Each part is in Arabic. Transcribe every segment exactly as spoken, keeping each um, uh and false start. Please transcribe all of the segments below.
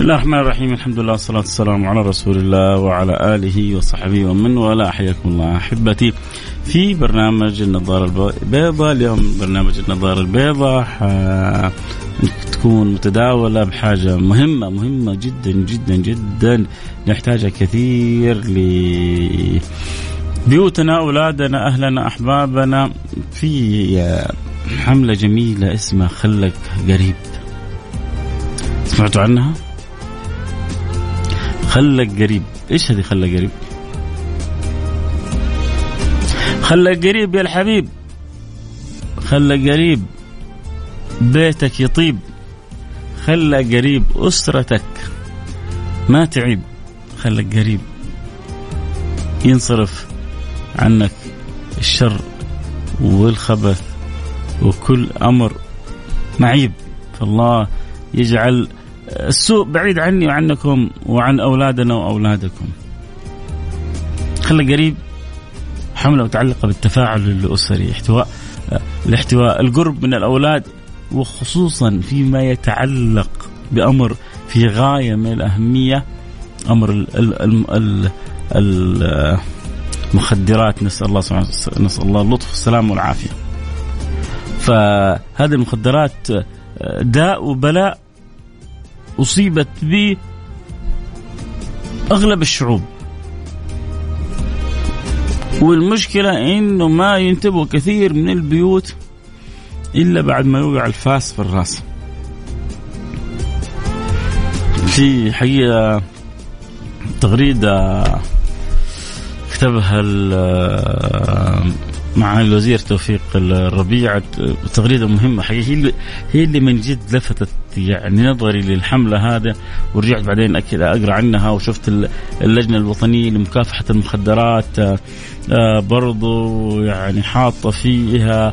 الله الرحمن الرحيم. الحمد لله والصلاة والسلام على رسول الله وعلى آله وصحبه ومن والاه. حياكم الله أحبتي في برنامج النظارة البيضاء. اليوم برنامج النظارة البيضاء تكون متداولة بحاجة مهمة مهمة جدا جدا جدا نحتاجها كثير لبيوتنا، أولادنا، أهلنا، أحبابنا، في حملة جميلة اسمها خلك قريب. سمعتوا عنها؟ خلك قريب. إيش هذه خلك قريب؟ خلك قريب يا الحبيب، خلك قريب بيتك يطيب، خلك قريب أسرتك ما تعيب، خلك قريب ينصرف عنك الشر والخبث وكل أمر معيب. فالله يجعل السوء بعيد عني وعنكم وعن أولادنا وأولادكم. خلك قريب حملة متعلقة بالتفاعل الأسري، احتواء الاحتواء القرب من الأولاد، وخصوصا فيما يتعلق بأمر في غاية من الأهمية، أمر المخدرات. نسأل الله سبحانه نسأل الله اللطف والسلام والعافية. فهذه المخدرات داء وبلاء أصيبت به أغلب الشعوب، والمشكلة إنه ما ينتبه كثير من البيوت إلا بعد ما يوقع الفاس في الرأس. في حقيقة تغريدة كتبها مع الوزير توفيق الربيع، تغريدة مهمة حقيقة، هي اللي من جد لفتت يعني نظري للحملة هذا، ورجعت بعدين أكيد أقرأ عنها وشفت اللجنة الوطنية لمكافحة المخدرات برضو يعني حاطة فيها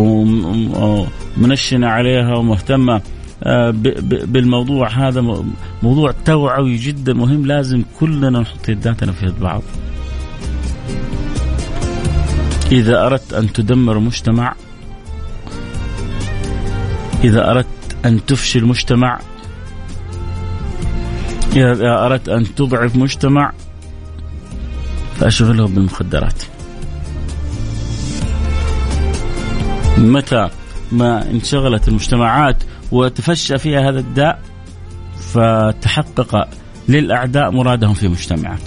ومنشنة عليها ومهتمة بالموضوع هذا. موضوع توعوي جدا مهم، لازم كلنا نحط يداتنا في يد بعض. إذا أردت أن تدمر مجتمع، إذا أردت أن تفشل مجتمع، إذا أردت أن تضعف مجتمع، فأشغله بالمخدرات. متى ما انشغلت المجتمعات وتفشى فيها هذا الداء، فتحقق للأعداء مرادهم في مجتمعك.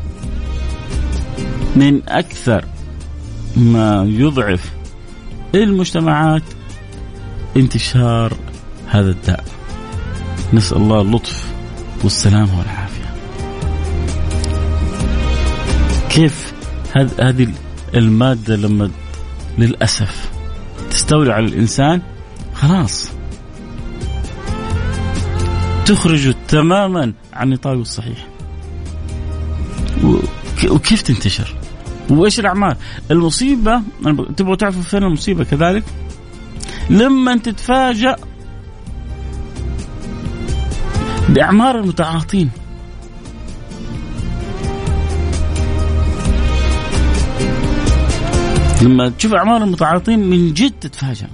من أكثر ما يضعف المجتمعات انتشار هذا الداء. نسأل الله اللطف والسلامة والعافية. كيف هذه المادة لما للأسف تستولي على الإنسان، خلاص تخرجه تماما عن نطاقه الصحيح. وكيف تنتشر؟ وإيش الأعمال؟ المصيبة تبغوا تعرفوا فين المصيبة كذلك؟ لما تتفاجأ بأعمار المتعاطين. لما تشوف أعمار المتعاطين من جد تتفاجأ.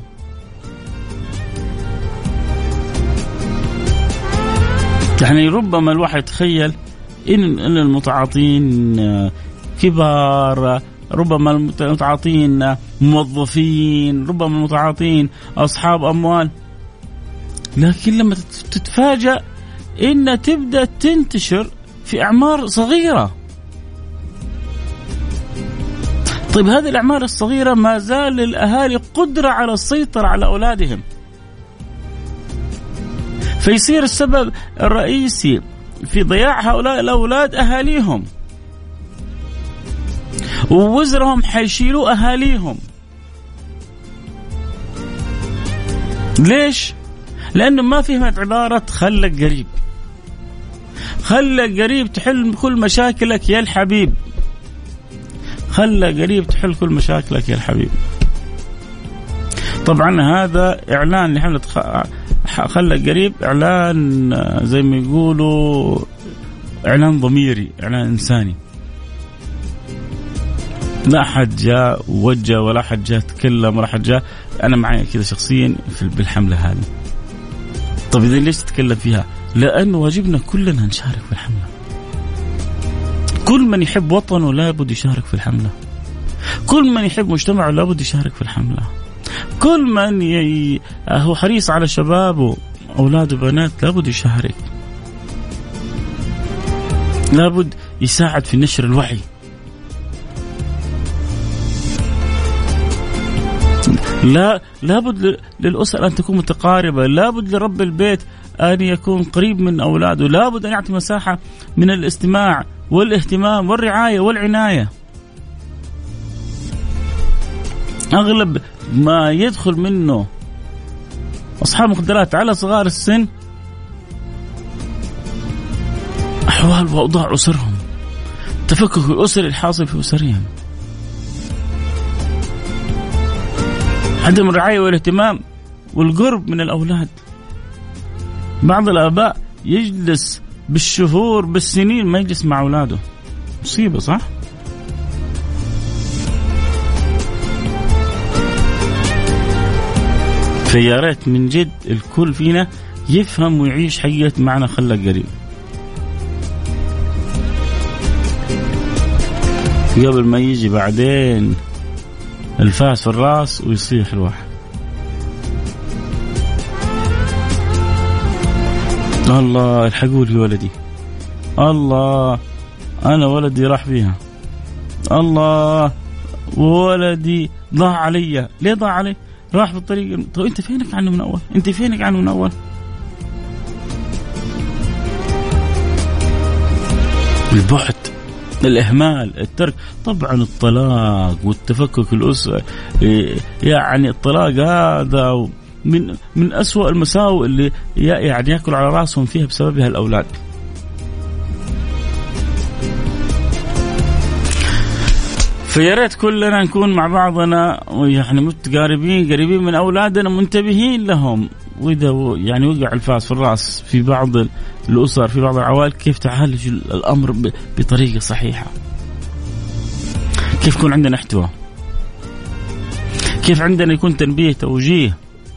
يعني ربما الواحد يتخيل إن المتعاطين كبار، ربما المتعاطين موظفين، ربما المتعاطين أصحاب أموال، لكن لما تتفاجأ إن تبدأ تنتشر في أعمار صغيرة. طيب هذه الأعمار الصغيرة ما زال للأهالي قدرة على السيطرة على أولادهم، فيصير السبب الرئيسي في ضياع هؤلاء الأولاد أهاليهم، ووزرهم حيشيلوا أهاليهم. ليش؟ لأنه ما فهمت عبارة خلك قريب. خلك قريب تحل كل مشاكلك يا الحبيب، خلك قريب تحل كل مشاكلك يا الحبيب. طبعا هذا إعلان لحملة خلك قريب، إعلان زي ما يقولوا إعلان ضميري، إعلان إنساني. لا أحد جاء ووجه ولا أحد جاء تكلم ولا أحد جاء. أنا معي كذا شخصيا بالحملة هذه، طب إذا ليش تتكلم فيها؟ لأن واجبنا كلنا نشارك في الحملة. كل من يحب وطنه لابد يشارك في الحملة. كل من يحب مجتمعه لابد يشارك في الحملة. كل من ي... هو حريص على شبابه أولاده بنات لابد يشارك، لابد يساعد في نشر الوعي. لا لابد للأسرة أن تكون متقاربة، لابد لرب البيت أن يكون قريب من أولاده، لابد أن يعطي مساحة من الاستماع والاهتمام والرعاية والعناية. أغلب ما يدخل منه أصحاب مخدرات على صغار السن أحوال وأوضاع أسرهم، تفكك الأسر الحاصل في أسرهم، عدم الرعاية والاهتمام والقرب من الأولاد. بعض الآباء يجلس بالشهور بالسنين ما يجلس مع أولاده، مصيبة صح؟ فيا ريت من جد الكل فينا يفهم ويعيش حقيقة معنى خلك قريب قبل ما يجي بعدين الفاس في الراس ويصيح الواحد. الله الحقوا لي ولدي، الله أنا ولدي راح فيها، الله ولدي ضاع علي. ليه ضاع علي؟ راح في الطريق. طيب أنت فينك عنه من أول؟ أنت فينك عنه من أول؟ البعد، الإهمال، الترك. طبعا الطلاق والتفكك الأسري، يعني الطلاق هذا من من أسوأ المساوئ اللي يعني يأكل على رأسهم فيها بسببها الأولاد. فيا ريت كلنا نكون مع بعضنا يعني متقاربين قريبين من أولادنا، منتبهين لهم. وإذا يعني وقع الفاس في الرأس في بعض الأسر في بعض العوائل كيف تعالج الأمر بطريقة صحيحة، كيف يكون عندنا احتواء، كيف عندنا يكون تنبيه توجيه.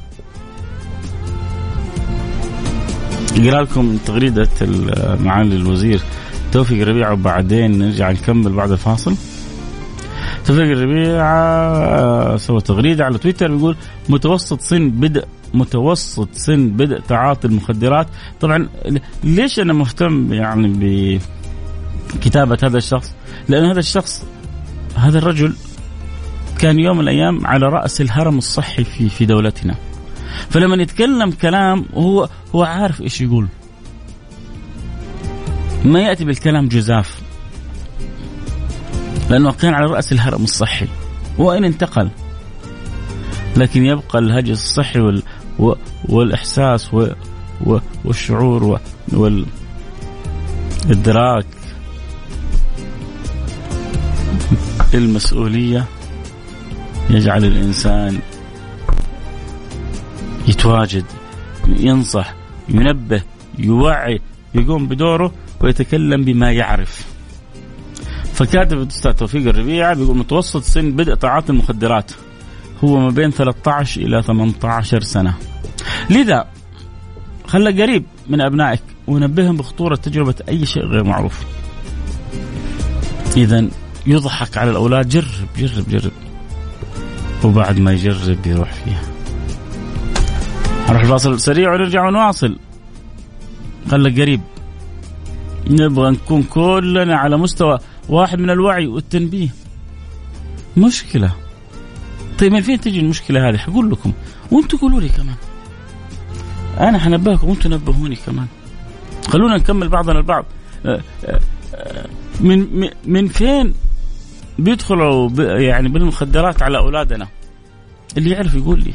أقرأ لكم تغريدة معالي الوزير توفيق الربيع وبعدين نرجع نكمل بعد الفاصل. توفيق الربيع سوى تغريدة على تويتر بيقول متوسط سن بدء متوسط سن بدء تعاطي المخدرات. طبعا ليش أنا مهتم يعني بكتابة هذا الشخص؟ لأن هذا الشخص هذا الرجل كان يوم من الأيام على رأس الهرم الصحي في في دولتنا، فلما يتكلم كلام هو هو عارف إيش يقول، ما يأتي بالكلام جزاف، لأنه كان على رأس الهرم الصحي وإن انتقل لكن يبقى الهجس الصحي وال والإحساس و والشعور والإدراك المسؤولية يجعل الإنسان يتواجد، ينصح، ينبه، يوعي، يقوم بدوره ويتكلم بما يعرف. فكاتب الأستاذ توفيق الربيع بيقول متوسط سن بدء تعاطي المخدرات هو ما بين ثلاثة عشر إلى ثمانية عشر سنة، لذا خلك قريب من أبنائك ونبههم بخطورة تجربة أي شيء غير معروف. إذن يضحك على الأولاد، جرب جرب جرب، وبعد ما يجرب يروح فيها. نروح الفاصل سريع ونرجع ونواصل. خلك قريب، نبغى نكون كلنا على مستوى واحد من الوعي والتنبيه. مشكلة. طيب من فين تجي المشكلة هذه؟ حقول لكم وانتوا قولوا لي كمان، أنا حنبهكم وانتوا نبهوني كمان. خلونا نكمل بعضنا البعض. من من فين بيدخلوا يعني بالمخدرات على أولادنا؟ اللي يعرف يقول لي.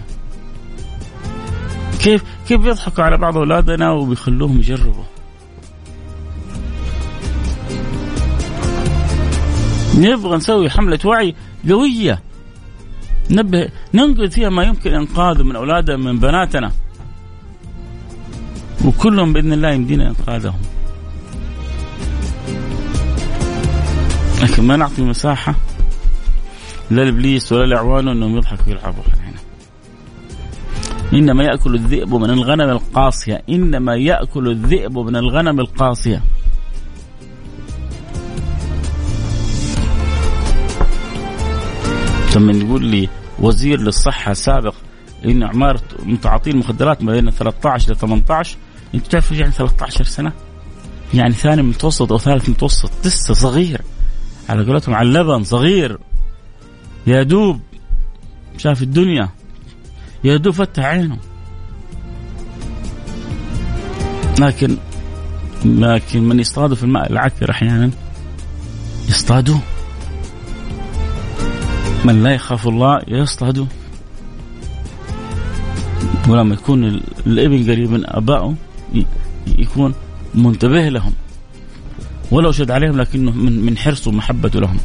كيف كيف بيضحكوا على بعض أولادنا وبيخلوهم يجربوا؟ نبغى نسوي حملة وعي قوية، نبه ننقذ فيها ما يمكن إنقاذه من أولادنا من بناتنا، وكلهم بإذن الله يمدينا إنقاذهم، لكن ما نعطي مساحة لا لإبليس ولا لأعوانه أنهم يضحكوا ويلعبوا علينا. إنما يأكل الذئب من الغنم القاصية، إنما يأكل الذئب من الغنم القاصية. ثم يقول لي وزير للصحة سابق إن أعمار متعاطي المخدرات ما بين ثلاثة عشر إلى ثمانية عشر. أنت تعرف يعني ثلاثة عشر سنة، يعني ثاني متوسط أو ثالث متوسط، لسه صغير على قولتهم على اللبن، صغير يا دوب شاف الدنيا، يا دوب فتح عينه. لكن لكن من يصطادوا في الماء العكر أحيانا يصطادوا، من لا يخاف الله يصطادوا. ولما يكون الابن قريب من أبائه يكون منتبه لهم ولو شد عليهم، لكنه من من حرصه ومحبته لهم.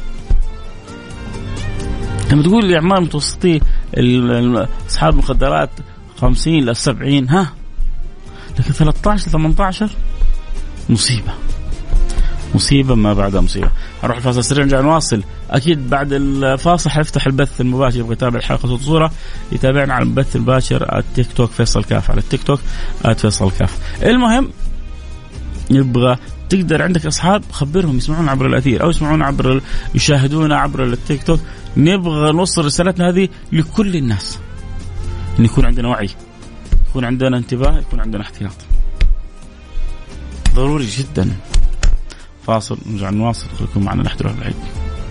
لما تقول لي أعمار متوسطي أصحاب المخدرات خمسين إلى سبعين، ها، لكن ثلاثة عشر ثمانية عشر مصيبة، مصيبة ما بعدها مصيبة. هنروح الفاصل سريع نرجع نواصل. أكيد بعد الفاصل حيفتح البث المباشر، يبغى يتابع الحلقة صوت صورة يتابعنا على البث المباشر التيك توك فيصل كاف، على التيك توك فيصل كاف. المهم يبغى تقدر عندك أصحاب خبرهم يسمعون عبر الأثير أو يسمعون عبر يشاهدون عبر التيك توك. نبغى نوصل رسالتنا هذه لكل الناس، إن يكون عندنا وعي، يكون عندنا انتباه، يكون عندنا احتياط، ضروري جدا. فاصل نرجع نواصل، خليكم معنا لا تروحوا بعيد.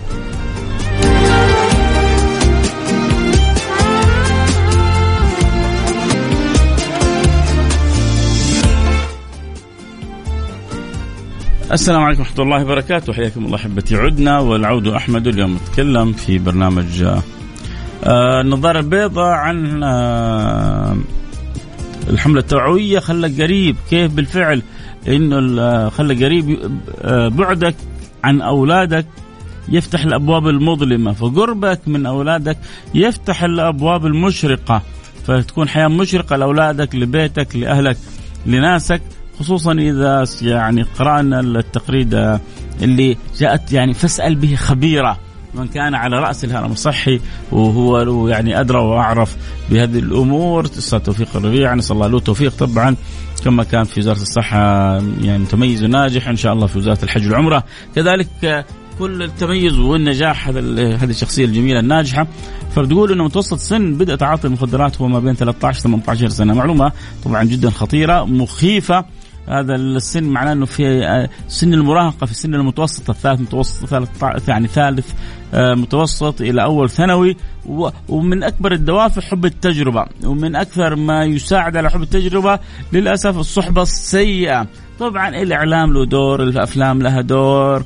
السلام عليكم ورحمة الله وبركاته، حياكم الله أحبتي. عدنا والعود أحمد. اليوم نتكلم في برنامج آه النظارة البيضاء عن آه الحملة التوعوية خلك قريب، كيف بالفعل إنه خلك قريب آه بعدك عن أولادك يفتح الأبواب المظلمة، فقربك من أولادك يفتح الأبواب المشرقة، فتكون حياة مشرقة لأولادك، لبيتك، لأهلك، لناسك. خصوصا إذا يعني قرأنا التقرير اللي جاءت يعني فاسأل به خبيرة، من كان على رأس الهرم الصحي وهو يعني أدرى وأعرف بهذه الأمور، أستاذ توفيق الربيع، نسأل الله له التوفيق طبعا، كما كان في وزارة الصحة يعني متميز وناجح إن شاء الله في وزارة الحج والعمرة، كذلك كل التميز والنجاح هذا هذه الشخصية الجميلة الناجحة. فبتقول إنه متوسط سن بدء تعاطي المخدرات هو ما بين ثلاثة عشر ثمانية عشر سنة. معلومة طبعا جدا خطيرة مخيفة. هذا السن معناه انه في سن المراهقه، في السن المتوسط، الثالث متوسط، ثالث يعني ثالث متوسط الى اول ثانوي. ومن اكبر الدوافع حب التجربه، ومن اكثر ما يساعد على حب التجربه للاسف الصحبه السيئه. طبعا الاعلام له دور، الافلام لها دور،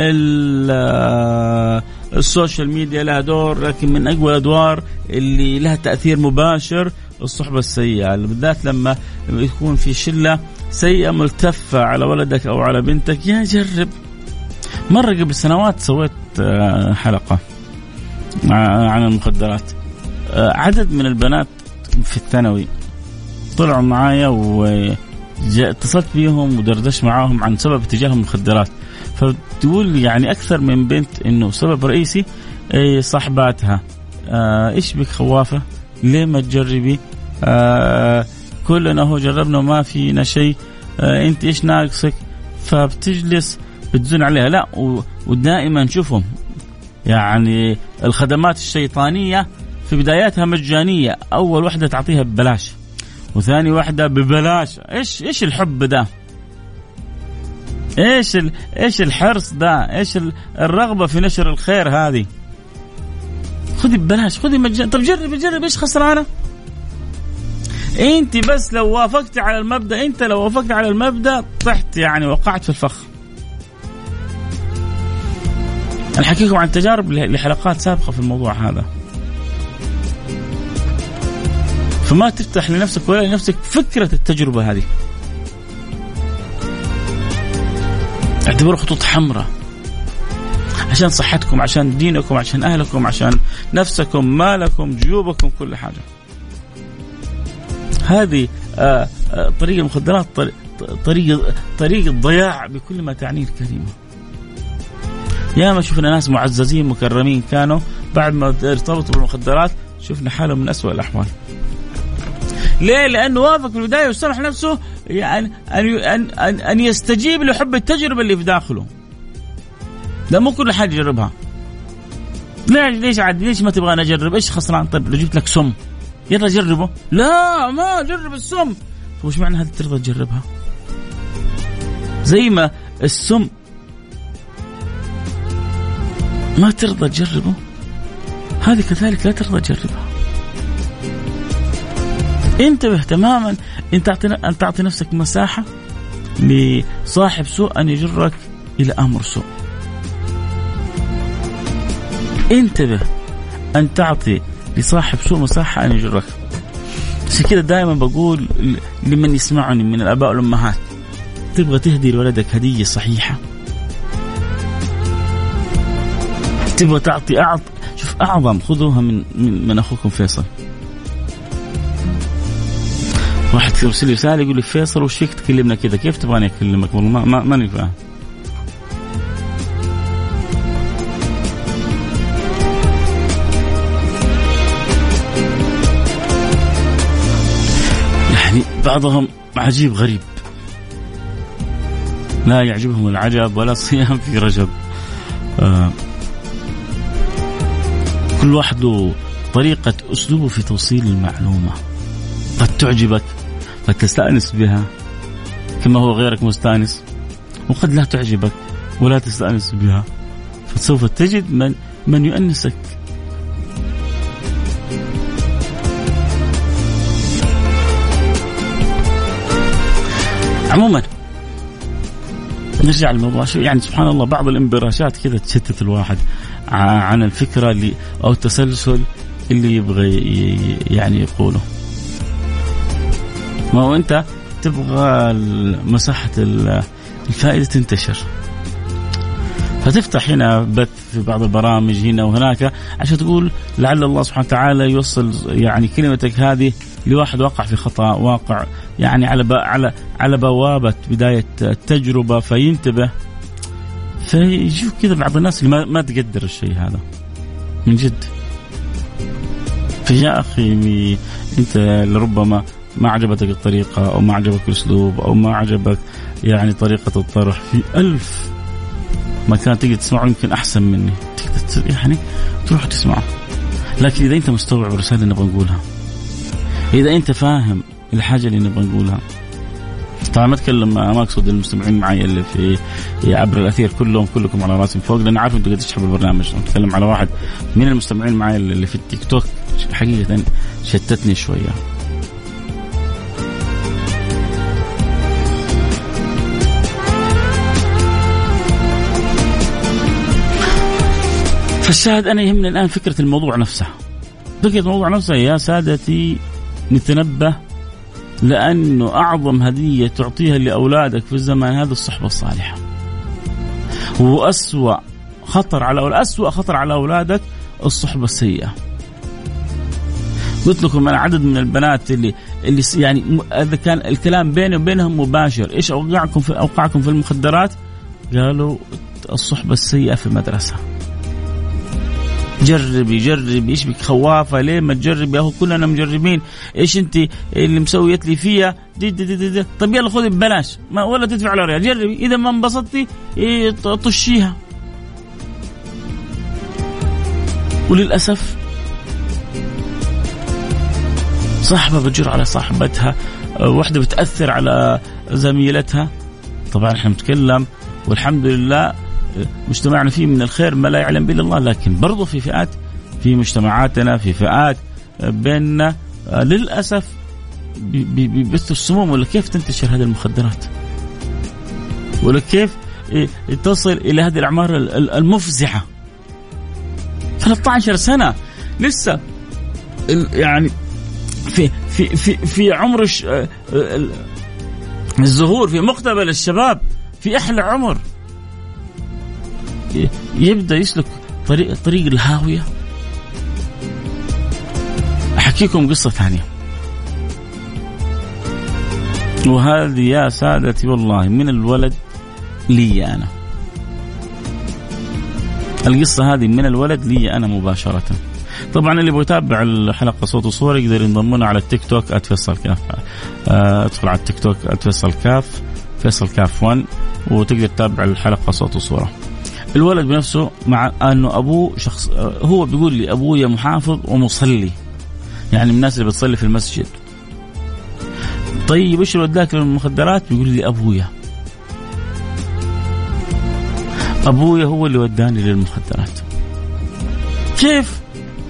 السوشيال ميديا لها دور، لكن من اقوى الادوار اللي لها تاثير مباشر الصحبه السيئه، بالذات لما يكون في شله سيئة ملتفة على ولدك أو على بنتك. يا جرب، مرة قبل سنوات سويت حلقة عن المخدرات، عدد من البنات في الثانوي طلعوا معايا واتصلت بيهم ودردش معاهم عن سبب اتجاههم المخدرات. فتقول يعني أكثر من بنت إنه سبب رئيسي صاحباتها، إيش بك خوافة، ليه ما تجربي، آه كلنا هو جربنا وما فينا شيء، آه انت ايش ناقصك؟ فبتجلس بتزن عليها. لا، ودائما نشوفهم يعني الخدمات الشيطانية في بداياتها مجانية، اول واحدة تعطيها ببلاش وثاني واحدة ببلاش. ايش ايش الحب ده؟ ايش ال... ايش الحرص ده؟ ايش ال... الرغبة في نشر الخير هذه؟ خذي ببلاش، خذي مجان. طب جربي جربي، ايش خسرانة؟ انت بس لو وافقت على المبدأ، انت لو وافقت على المبدأ طحت يعني وقعت في الفخ. الحكيكم عن تجارب لحلقات سابقة في الموضوع هذا، فما تفتح لنفسك ولا لنفسك فكرة التجربة هذه. اعتبروا خطوط حمراء عشان صحتكم، عشان دينكم، عشان أهلكم، عشان نفسكم، مالكم، جيوبكم، كل حاجة. هذه آه آه طريق المخدرات، طريق طريق الضياع بكل ما تعنيه الكلمة. يا ما شفنا ناس معززين مكرمين كانوا بعد ما ارتبطوا بالمخدرات شفنا حالهم من أسوأ الأحوال. ليه؟ لأنه وافق في البداية وسمح نفسه يعني أن أن أن يستجيب لحب التجربة اللي في داخله. ده مو كل حاجة يجربها. ليش ليش عاد ليش ما تبغى نجرب؟ إيش خسران؟ طيب لو جبت لك سم يلا جربه. لا ما جرب السم. وش معنى هذا ترضى تجربها؟ زي ما السم ما ترضى تجربه، هذه كذلك لا ترضى تجربها. انتبه تماما ان تعطي ان تعطي نفسك مساحة لصاحب سوء ان يجرك الى امر سوء. انتبه ان تعطي لصاحب سوء مساحة ان يجرك. عشان كده دائما بقول لمن يسمعني من الاباء والامهات، تبغى تهدي لولدك هدية صحيحة، تبغى تعطي أعط شوف أعظم، خذوها من من, من أخوكم فيصل. واحد يرسل لي رسالة يقول لي فيصل وش فيك تكلمنا كذا؟ كيف تبغاني أكلمك؟ والله ما ما ماني فاهم. يعني بعضهم عجيب غريب، لا يعجبهم العجب ولا صيام في رجب. آه كل واحد له طريقة أسلوبه في توصيل المعلومة، قد تعجبك فتستأنس بها كما هو غيرك مستأنس، وقد لا تعجبك ولا تستأنس بها فسوف تجد من من يؤنسك. عموما نرجع للموضوع شو يعني سبحان الله بعض الانبراشات كذا تشتت الواحد عن الفكرة اللي أو التسلسل اللي يبغى يعني يقوله. ما هو أنت تبغى مساحة الفائدة تنتشر، فتفتح هنا بث في بعض البرامج هنا وهناك عشان تقول لعل الله سبحانه وتعالى يوصل يعني كلمتك هذه لواحد واقع في خطأ، واقع يعني على على على بوابة بداية التجربة فينتبه. فيشوف كذا بعض الناس اللي ما, ما تقدر الشيء هذا من جد. فيا أخي أنت لربما ما عجبتك الطريقة أو ما عجبك الأسلوب أو ما عجبك يعني طريقة الطرح، في ألف مكان تيجي تسمعه يمكن أحسن مني تقدر يعني تروح تسمعه. لكن إذا أنت مستوعب الرسالة اللي نبغى نقولها، إذا أنت فاهم الحاجة اللي نبغى نقولها، طبعا ما أتكلم ما أقصد المستمعين معي اللي في عبر الأثير كلهم كلكم على راسي فوق، لأن عارف أنتوا قد تشحبوا البرنامج. أتكلم على واحد من المستمعين معي اللي في التيك توك حقيقة شتتني شوية. فالشاهد أنا يهمني الآن فكرة الموضوع نفسها. فكرة الموضوع نفسها يا سادتي نتنبه، لأنه أعظم هدية تعطيها لأولادك في الزمان هذا الصحبة الصالحة، وأسوأ خطر على أسوأ خطر على أولادك الصحبة السيئة. قلت لكم أنا عدد من البنات اللي اللي يعني إذا كان الكلام بيني وبينهم مباشر، إيش أوقعكم في أوقعكم في المخدرات؟ قالوا الصحبة السيئة في المدرسة. جربي جربي ايش بك خوافه؟ ليه ما تجربي يا اخو؟ كلنا مجربين. ايش انت اللي مسويت لي فيها دي دي دي دي. طب يلا خذي ببلاش ما ولا تدفع على ريال، جربي اذا ما انبسطتي إيه طشيها. وللاسف صاحبه بتجر على صاحبتها، واحده بتاثر على زميلتها. طبعا احنا بنتكلم والحمد لله مجتمعنا فيه من الخير ما لا يعلم به إلا الله، لكن برضو في فئات في مجتمعاتنا في فئات بيننا للأسف بيبثوا السموم. ولا كيف تنتشر هذه المخدرات، ولا كيف تصل إلى هذه الأعمار المفزعة. ثلاثة عشر سنة لسه يعني في في في في عمر الزهور، في مقتبل الشباب، في أحلى عمر، يبدأ يسلك طريق طريق الهاوية. أحكيكم قصة ثانية، وهذه يا سادتي والله من الولد لي أنا. القصة هذه من الولد لي أنا مباشرة. طبعا اللي بيتابع الحلقة صوت وصورة يقدر ينضمون على التيك توك @فيصل كاف. ادخل على التيك توك @فيصل كاف فيصل كاف واحد وتقدر تتابع الحلقة صوت وصورة. الولد بنفسه مع أنه أبوه شخص، هو بيقول لي أبويا محافظ ومصلي، يعني من الناس اللي بتصلي في المسجد. طيب إيش وداك للمخدرات؟ بيقول لي أبويا أبويا هو اللي وداني للمخدرات. كيف؟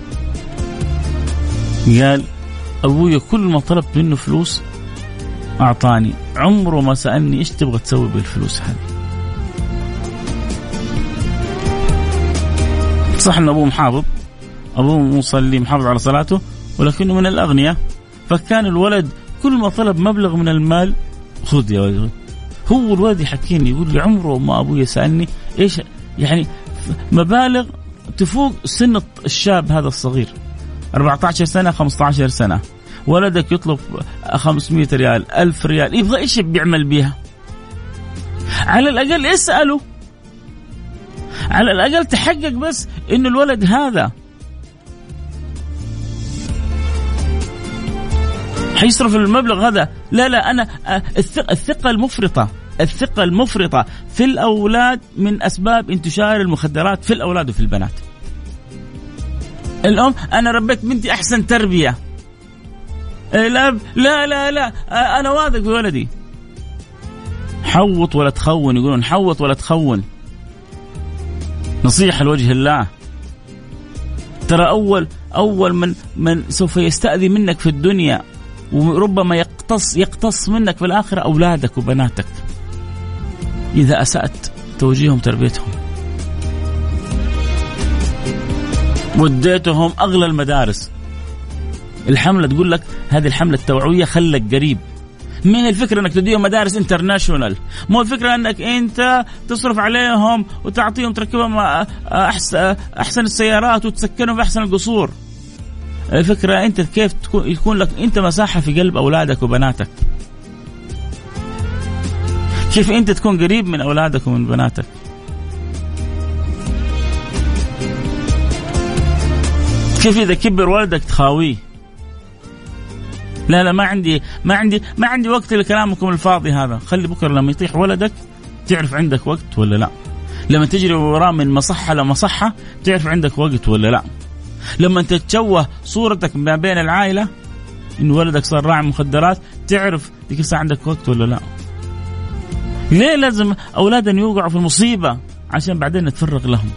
قال أبويا كل ما طلبت منه فلوس أعطاني، عمره ما سألني إيش تبغى تسوي بالفلوس هذه. صح أن أبوه محافظ، أبوه مصلي محافظ على صلاته، ولكنه من الأغنياء، فكان الولد كل ما طلب مبلغ من المال خذ يا ولد. هو الولد يحكيني يقول لي عمره ما أبويا سألني إيش، يعني مبالغ تفوق سن الشاب هذا الصغير، أربعة عشر سنة خمسة عشر سنة. ولدك يطلب خمسمائة ريال ألف ريال، يبغى إيش بيعمل بيها؟ على الأقل اسأله، على الأقل تحقق بس إنه الولد هذا حيصرف المبلغ هذا. لا لا أنا الثقة المفرطة الثقة المفرطة في الأولاد من أسباب انتشار المخدرات في الأولاد وفي البنات. الأم أنا ربيت بنتي أحسن تربية، الأب لا لا لا أنا واثق بولدي. حوط ولا تخون، يقولون حوط ولا تخون. نصيحة لوجه الله، ترى أول أول من من سوف يستأذي منك في الدنيا وربما يقتص يقتص منك في الآخرة أولادك وبناتك إذا أسأت توجيههم تربيتهم. وديتهم أغلى المدارس، الحملة تقول لك هذه الحملة التوعوية خلك قريب. من الفكرة أنك تديهم مدارس انترناشونال، مو الفكرة أنك أنت تصرف عليهم وتعطيهم تركبهم أحسن, أحسن السيارات وتسكنهم في أحسن القصور. الفكرة أنت كيف تكون يكون لك أنت مساحة في قلب أولادك وبناتك، كيف أنت تكون قريب من أولادك ومن بناتك. كيف إذا كبر ولدك تخاويه؟ لا لا ما عندي ما عندي ما عندي وقت لكلامكم الفاضي هذا. خلي بكرة لما يطيح ولدك تعرف عندك وقت ولا لا. لما تجري وراه من مصحة لمصحة تعرف عندك وقت ولا لا. لما انت تشوه صورتك ما بين العائلة إن ولدك صار راعي مخدرات تعرف ذيك الساعة عندك وقت ولا لا. ليه لازم أولادنا يوقعوا في المصيبة عشان بعدين نتفرغ لهم؟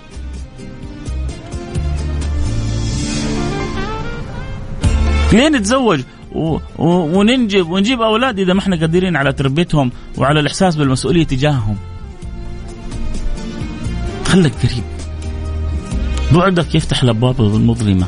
ليه نتزوج و... و... وننجب ونجيب أولاد إذا ما احنا قادرين على تربيتهم وعلى الإحساس بالمسؤولية تجاههم؟ خلك قريب، بعدك يفتح الأبواب المظلمة.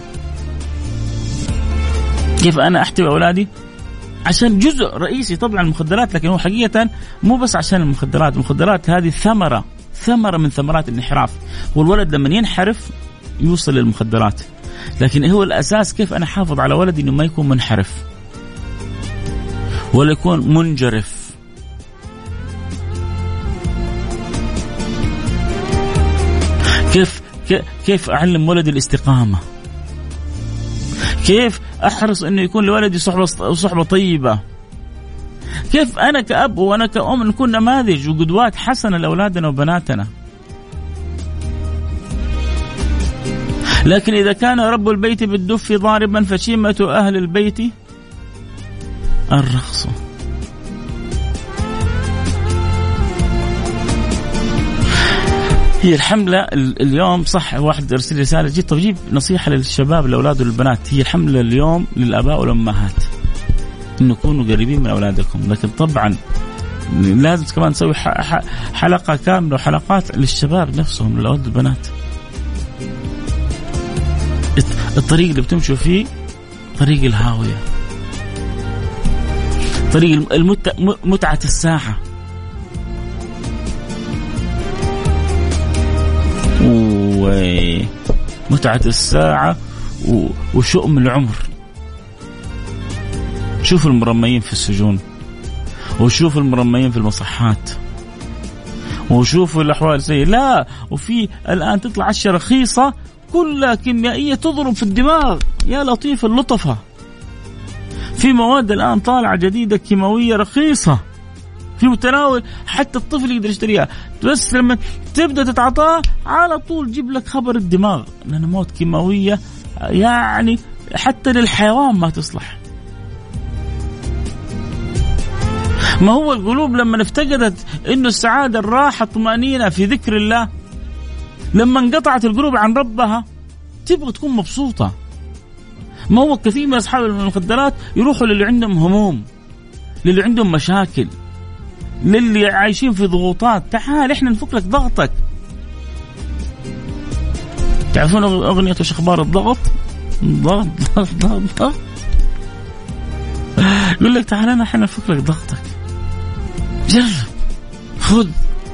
كيف أنا أحتوي أولادي؟ عشان جزء رئيسي طبعا المخدرات، لكن هو حقيقة مو بس عشان المخدرات. المخدرات هذه ثمرة ثمرة من ثمرات الانحراف، والولد لما ينحرف يوصل للمخدرات. لكن هو الأساس كيف أنا حافظ على ولدي إنه ما يكون منحرف ولا يكون منجرف. كيف كيف أعلم ولدي الاستقامة؟ كيف أحرص إنه يكون لولدي صحبة صحبة طيبة؟ كيف أنا كأب وأنا كأم نكون نماذج وقدوات حسنة لأولادنا وبناتنا؟ لكن إذا كان رب البيت بالدف ضاربا فشيمة أهل البيت الرخص. هي الحملة اليوم صح، واحد أرسل رسالة جيت طب جيب نصيحة للشباب الأولاد والبنات. هي الحملة اليوم للآباء والأمهات إنه يكونوا قريبين من أولادكم، لكن طبعا لازم كمان نسوي حلقة كاملة وحلقات للشباب نفسهم للأولاد والبنات. الطريق اللي بتمشوا فيه طريق الهاوية، طريق المت... متعة الساعة ومتعة الساعة و... وشؤم العمر. شوفوا المرميين في السجون، وشوفوا المرميين في المصحات، وشوفوا الأحوال السيئة. لا وفي الآن تطلع عشرة رخيصة كلها كيميائية تضرب في الدماغ. يا لطيف اللطفة، في مواد الآن طالعة جديدة كيماوية رخيصة في متناول حتى الطفل يقدر يشتريها، بس لما تبدأ تتعاطاها على طول جيب لك خبر الدماغ، لأنها مواد كيماوية يعني حتى للحيوان ما تصلح. ما هو القلوب لما افتقدت إنه السعادة الراحة الطمأنينة في ذكر الله، لما انقطعت القلوب عن ربها تبغى تكون مبسوطة. ما هو كثير من أصحاب المخدرات يروحوا للي عندهم هموم، للي عندهم مشاكل، للي عايشين في ضغوطات. تعال احنا نفك لك ضغطك. تعرفون أغنية وش أخبار الضغط؟ ضغط ضغط ضغط ضغط يقول لك تعال احنا نفك لك ضغطك، جرب خذ.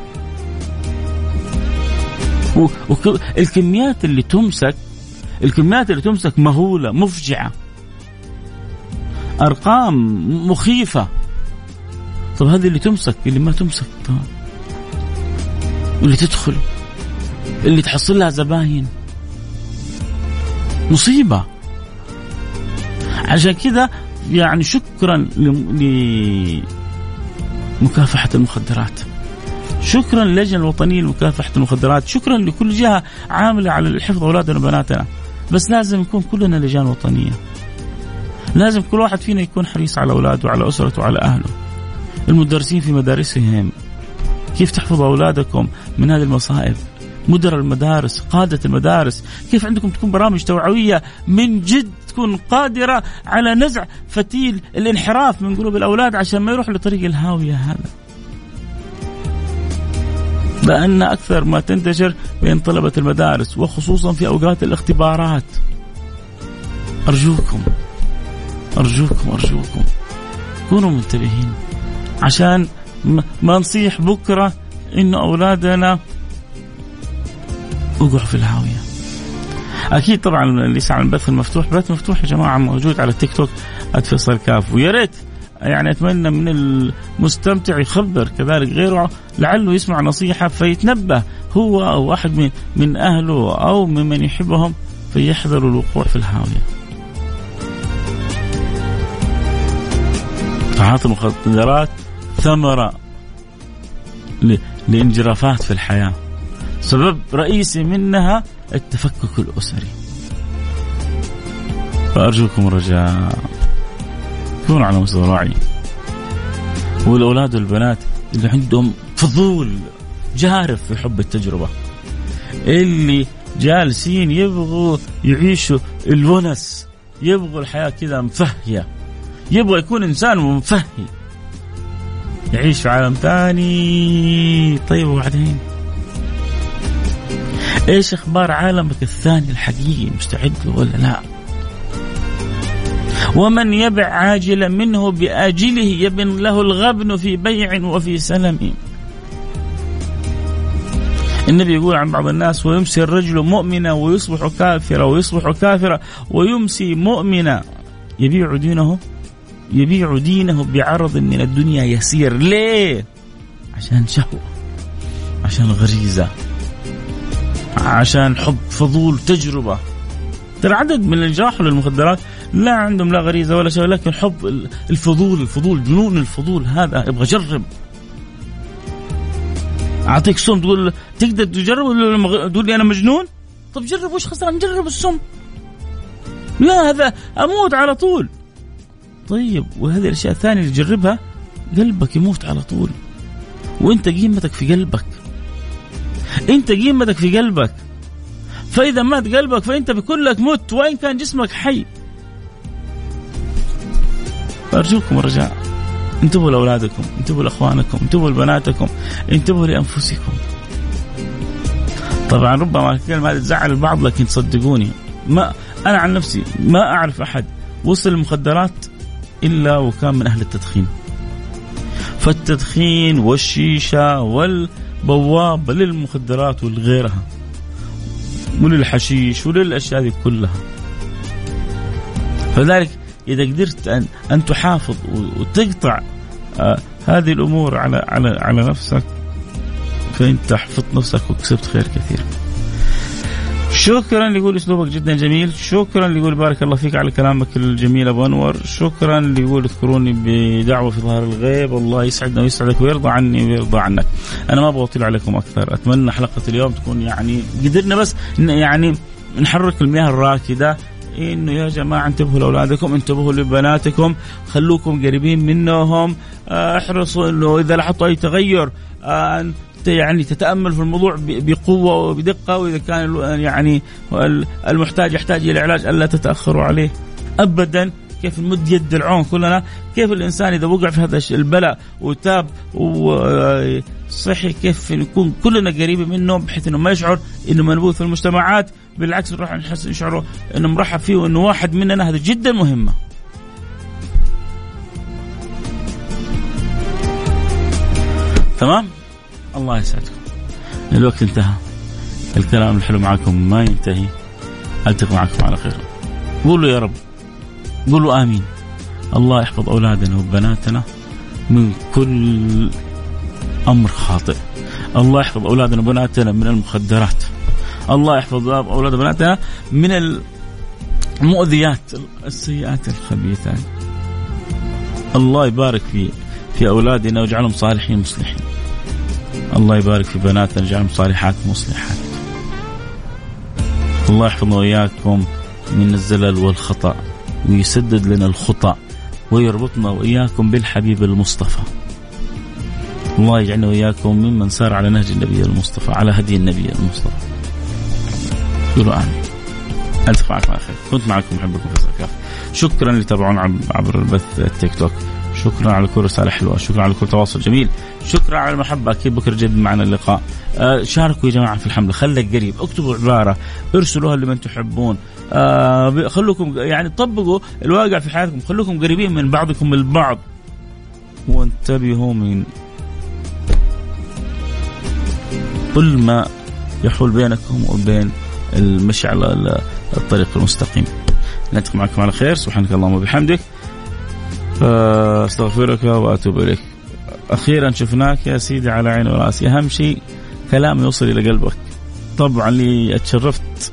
الكميات اللي تمسك الكميات اللي تمسك مهولة مفجعة، أرقام مخيفة. طب هذه اللي تمسك، اللي ما تمسك طب اللي تدخل، اللي تحصل لها زباين، مصيبة. عشان كذا يعني شكرا لمكافحة المخدرات، شكرا للجنة الوطنية لمكافحة المخدرات، شكرا لكل جهة عاملة على الحفظ أولادنا وبناتنا. بس لازم نكون كلنا لجان وطنية، لازم كل واحد فينا يكون حريص على أولاده وعلى أسرته وعلى أهله. المدرسين في مدارسهم، كيف تحفظوا أولادكم من هذه المصائب؟ مدراء المدارس، قادة المدارس، كيف عندكم تكون برامج توعوية من جد تكون قادرة على نزع فتيل الانحراف من قلوب الأولاد عشان ما يروح لطريق الهاوية هذا. لأن أكثر ما تنتشر بين طلبة المدارس وخصوصا في أوقات الاختبارات. أرجوكم أرجوكم أرجوكم كونوا منتبهين عشان ما نصيح بكرة إنه أولادنا وقعوا في الهاوية. أكيد طبعا اللي يسعى البث المفتوح، بث مفتوح يا جماعة موجود على التيك توك @فيصل كاف، ويا ريت يعني أتمنى من المستمتع يخبر كذلك غيره لعله يسمع نصيحة فيتنبه هو أو أحد من من أهله أو ممن يحبهم فيحذروا الوقوع في الهاوية. تعاطي المخدرات ثمرة لانجرافات في الحياة، سبب رئيسي منها التفكك الأسري. فأرجوكم رجاء كونوا على مستوى الوعي. والأولاد والبنات اللي عندهم فضول جارف في حب التجربة، اللي جالسين يبغوا يعيشوا الونس، يبغوا الحياة كذا مفهية، يبغى يكون إنسان مفهي يعيش في عالم ثاني. طيب وبعدين إيش أخبار عالمك الثاني الحقيقي؟ مستعد ولا لا؟ ومن يبع عاجلا منه بآجله يبن له الغبن في بيع وفي سلم. النبي يقول عن بعض الناس: ويمسي الرجل مؤمنا ويصبح كافرا، ويصبح كافرا ويمسي مؤمنا، يبيع دينه يبيع دينه بعرض من الدنيا يسير. ليه؟ عشان شهوة، عشان غريزة، عشان حب، فضول، تجربة. ترى عدد من اللي جاحوا للمخدرات لا عندهم لا غريزة ولا شيء، لكن حب الفضول، الفضول جنون الفضول هذا، ابغى اجرب. اعطيك سم تقول تقدر تجرب، تقول لي انا مجنون؟ طب جرب، وش خسران؟ نجرب السم. لا هذا اموت على طول. طيب وهذه الاشياء الثانية اللي تجربها قلبك يموت على طول، وانت قيمتك في قلبك، انت قيمتك في قلبك. فاذا مات قلبك فانت بكل لك مت وان كان جسمك حي. أرجوكم رجاء انتبهوا لأولادكم، انتبهوا لأخوانكم، انتبهوا لبناتكم، انتبهوا لأنفسكم. طبعا ربما الكلمة هذه تزعل البعض، لكن صدقوني ما أنا عن نفسي ما أعرف أحد وصل المخدرات إلا وكان من أهل التدخين. فالتدخين والشيشة والبوابة للمخدرات ولغيرها وللحشيش وللأشياء هذه كلها. فذلك إذا قدرت أن أن تحافظ وتقطع آه هذه الأمور على على على نفسك، فأنت حفظت نفسك وكسبت خير كثير. شكرا اللي يقول اسلوبك جدا جميل. شكرا اللي يقول بارك الله فيك على كلامك الجميل ابو انور. شكرا اللي يقول اذكروني بدعوه في ظهر الغيب. الله يسعدنا ويسعدك ويرضى عني ويرضى عنك. انا ما ابغى اطيل عليكم اكثر. اتمنى حلقه اليوم تكون يعني قدرنا بس يعني نحرك المياه الراكده، انه يا جماعه انتبهوا لاولادكم، انتبهوا لبناتكم، خلوكم قريبين منهم، احرصوا انه اذا لاحظتوا اي تغير آه يعني تتأمل في الموضوع بقوة وبدقة، وإذا كان يعني المحتاج يحتاج إلى علاج ألا تتأخروا عليه أبدا. كيف نمد يد العون كلنا، كيف الإنسان إذا وقع في هذا البلاء وتاب وصحي كيف نكون كلنا قريبين منه، بحيث إنه ما يشعر إنه منبوذ في المجتمعات، بالعكس نروح نحس نشعره إنه مرحب فيه وإنه واحد مننا. هذا جدا مهمة. تمام. الله يسعدكم. الوقت انتهى، الكلام الحلو معكم ما ينتهي. ألتقي معكم على خير. قولوا يا رب، قولوا آمين. الله يحفظ أولادنا وبناتنا من كل أمر خاطئ. الله يحفظ أولادنا وبناتنا من المخدرات. الله يحفظ أولادنا وبناتنا من المؤذيات السيئات الخبيثات. الله يبارك في في أولادنا ويجعلهم صالحين مصلحين. الله يبارك في بناتنا ويجعلهم صالحات مصلحات. الله يحفظنا وإياكم من الزلل والخطأ ويسدد لنا الخطأ ويربطنا وإياكم بالحبيب المصطفى. الله يجعلنا وإياكم ممن سار على نهج النبي المصطفى، على هدي النبي المصطفى. قولوا آمين. ألتقي معكم على خير. كنت معكم محبكم في الزكاة. شكرا اللي تابعونا عبر البث التيك توك. شكرا على كل رسالة حلوة. شكرا على كل تواصل جميل. شكرا على المحبة. أكيد بكرة جد معنا اللقاء. آه شاركوا يا جماعة في الحملة. خليك قريب. اكتبوا عبارة ارسلوها لمن تحبون. آه خلوكم يعني طبقوا الواقع في حياتكم. خلوكم قريبين من بعضكم البعض. وانتبهوا من كل ما يحول بينكم وبين المشي على الطريق المستقيم. نلتقي معكم على خير. سبحانك اللهم وبحمدك استغفرك واتوب اليك. اخيرا شفناك يا سيدي على عيني وراسي. اهم شيء كلام يوصل الى قلبك. طبعا لي اتشرفت.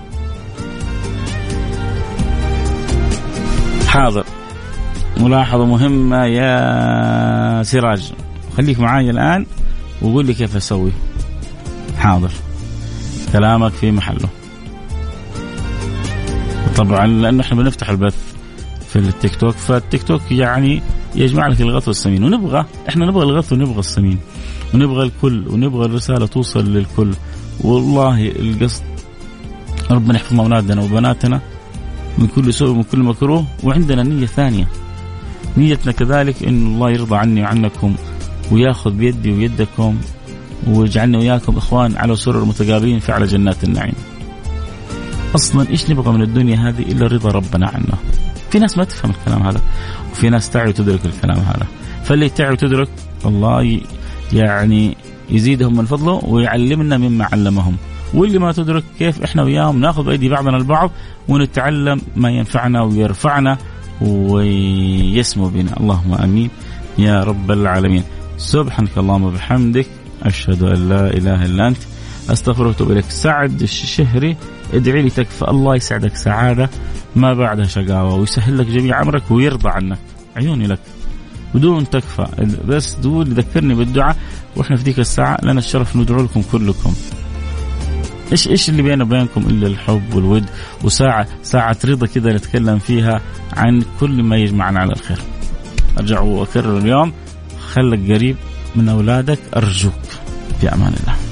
حاضر. ملاحظه مهمه يا سراج، خليك معايا الان وقول لي كيف اسوي. حاضر. كلامك في محله. طبعا لانه احنا بنفتح البث في التيك توك، فالتيك توك يعني يجمع لك الغث والسمين، ونبغى احنا نبغى الغث ونبغى السمين ونبغى الكل ونبغى الرسالة توصل للكل. والله القصد ربنا يحفظنا أولادنا وبناتنا من كل سوء ومن كل مكروه. وعندنا نية ثانية، نيتنا كذلك إن الله يرضى عني وعنكم وياخذ بيدي ويدكم ويجعلنا وياكم إخوان على سرر متقابلين في على جنات النعيم. أصلا إيش نبغى من الدنيا هذه إلا رضا ربنا عنا. في ناس ما تفهم الكلام هذا، وفي ناس تعي وتدرك الكلام هذا. فاللي تعي وتدرك الله يعني يزيدهم من فضله ويعلمنا مما علمهم، واللي ما تدرك كيف احنا وياهم ناخذ بأيدي بعضنا البعض ونتعلم ما ينفعنا ويرفعنا ويسمو بنا. اللهم آمين يا رب العالمين. سبحانك اللهم وبحمدك أشهد أن لا إله إلا أنت أستغفرك وأتوب إليك. سعد الشهري ادعي لي تكفى. الله يسعدك سعادة ما بعدها شقاوة ويسهل لك جميع أمرك ويرضى عنك. عيوني لك بدون تكفى، بس دول ذكرني بالدعاء وإحنا في ذيك الساعة لنا الشرف ندعو لكم كلكم. إيش إيش اللي بيننا وبينكم إلا الحب والود وساعة ساعة رضا كذا نتكلم فيها عن كل ما يجمعنا على الخير. أرجع وأكرر اليوم، خلك قريب من أولادك أرجوك. في أمان الله.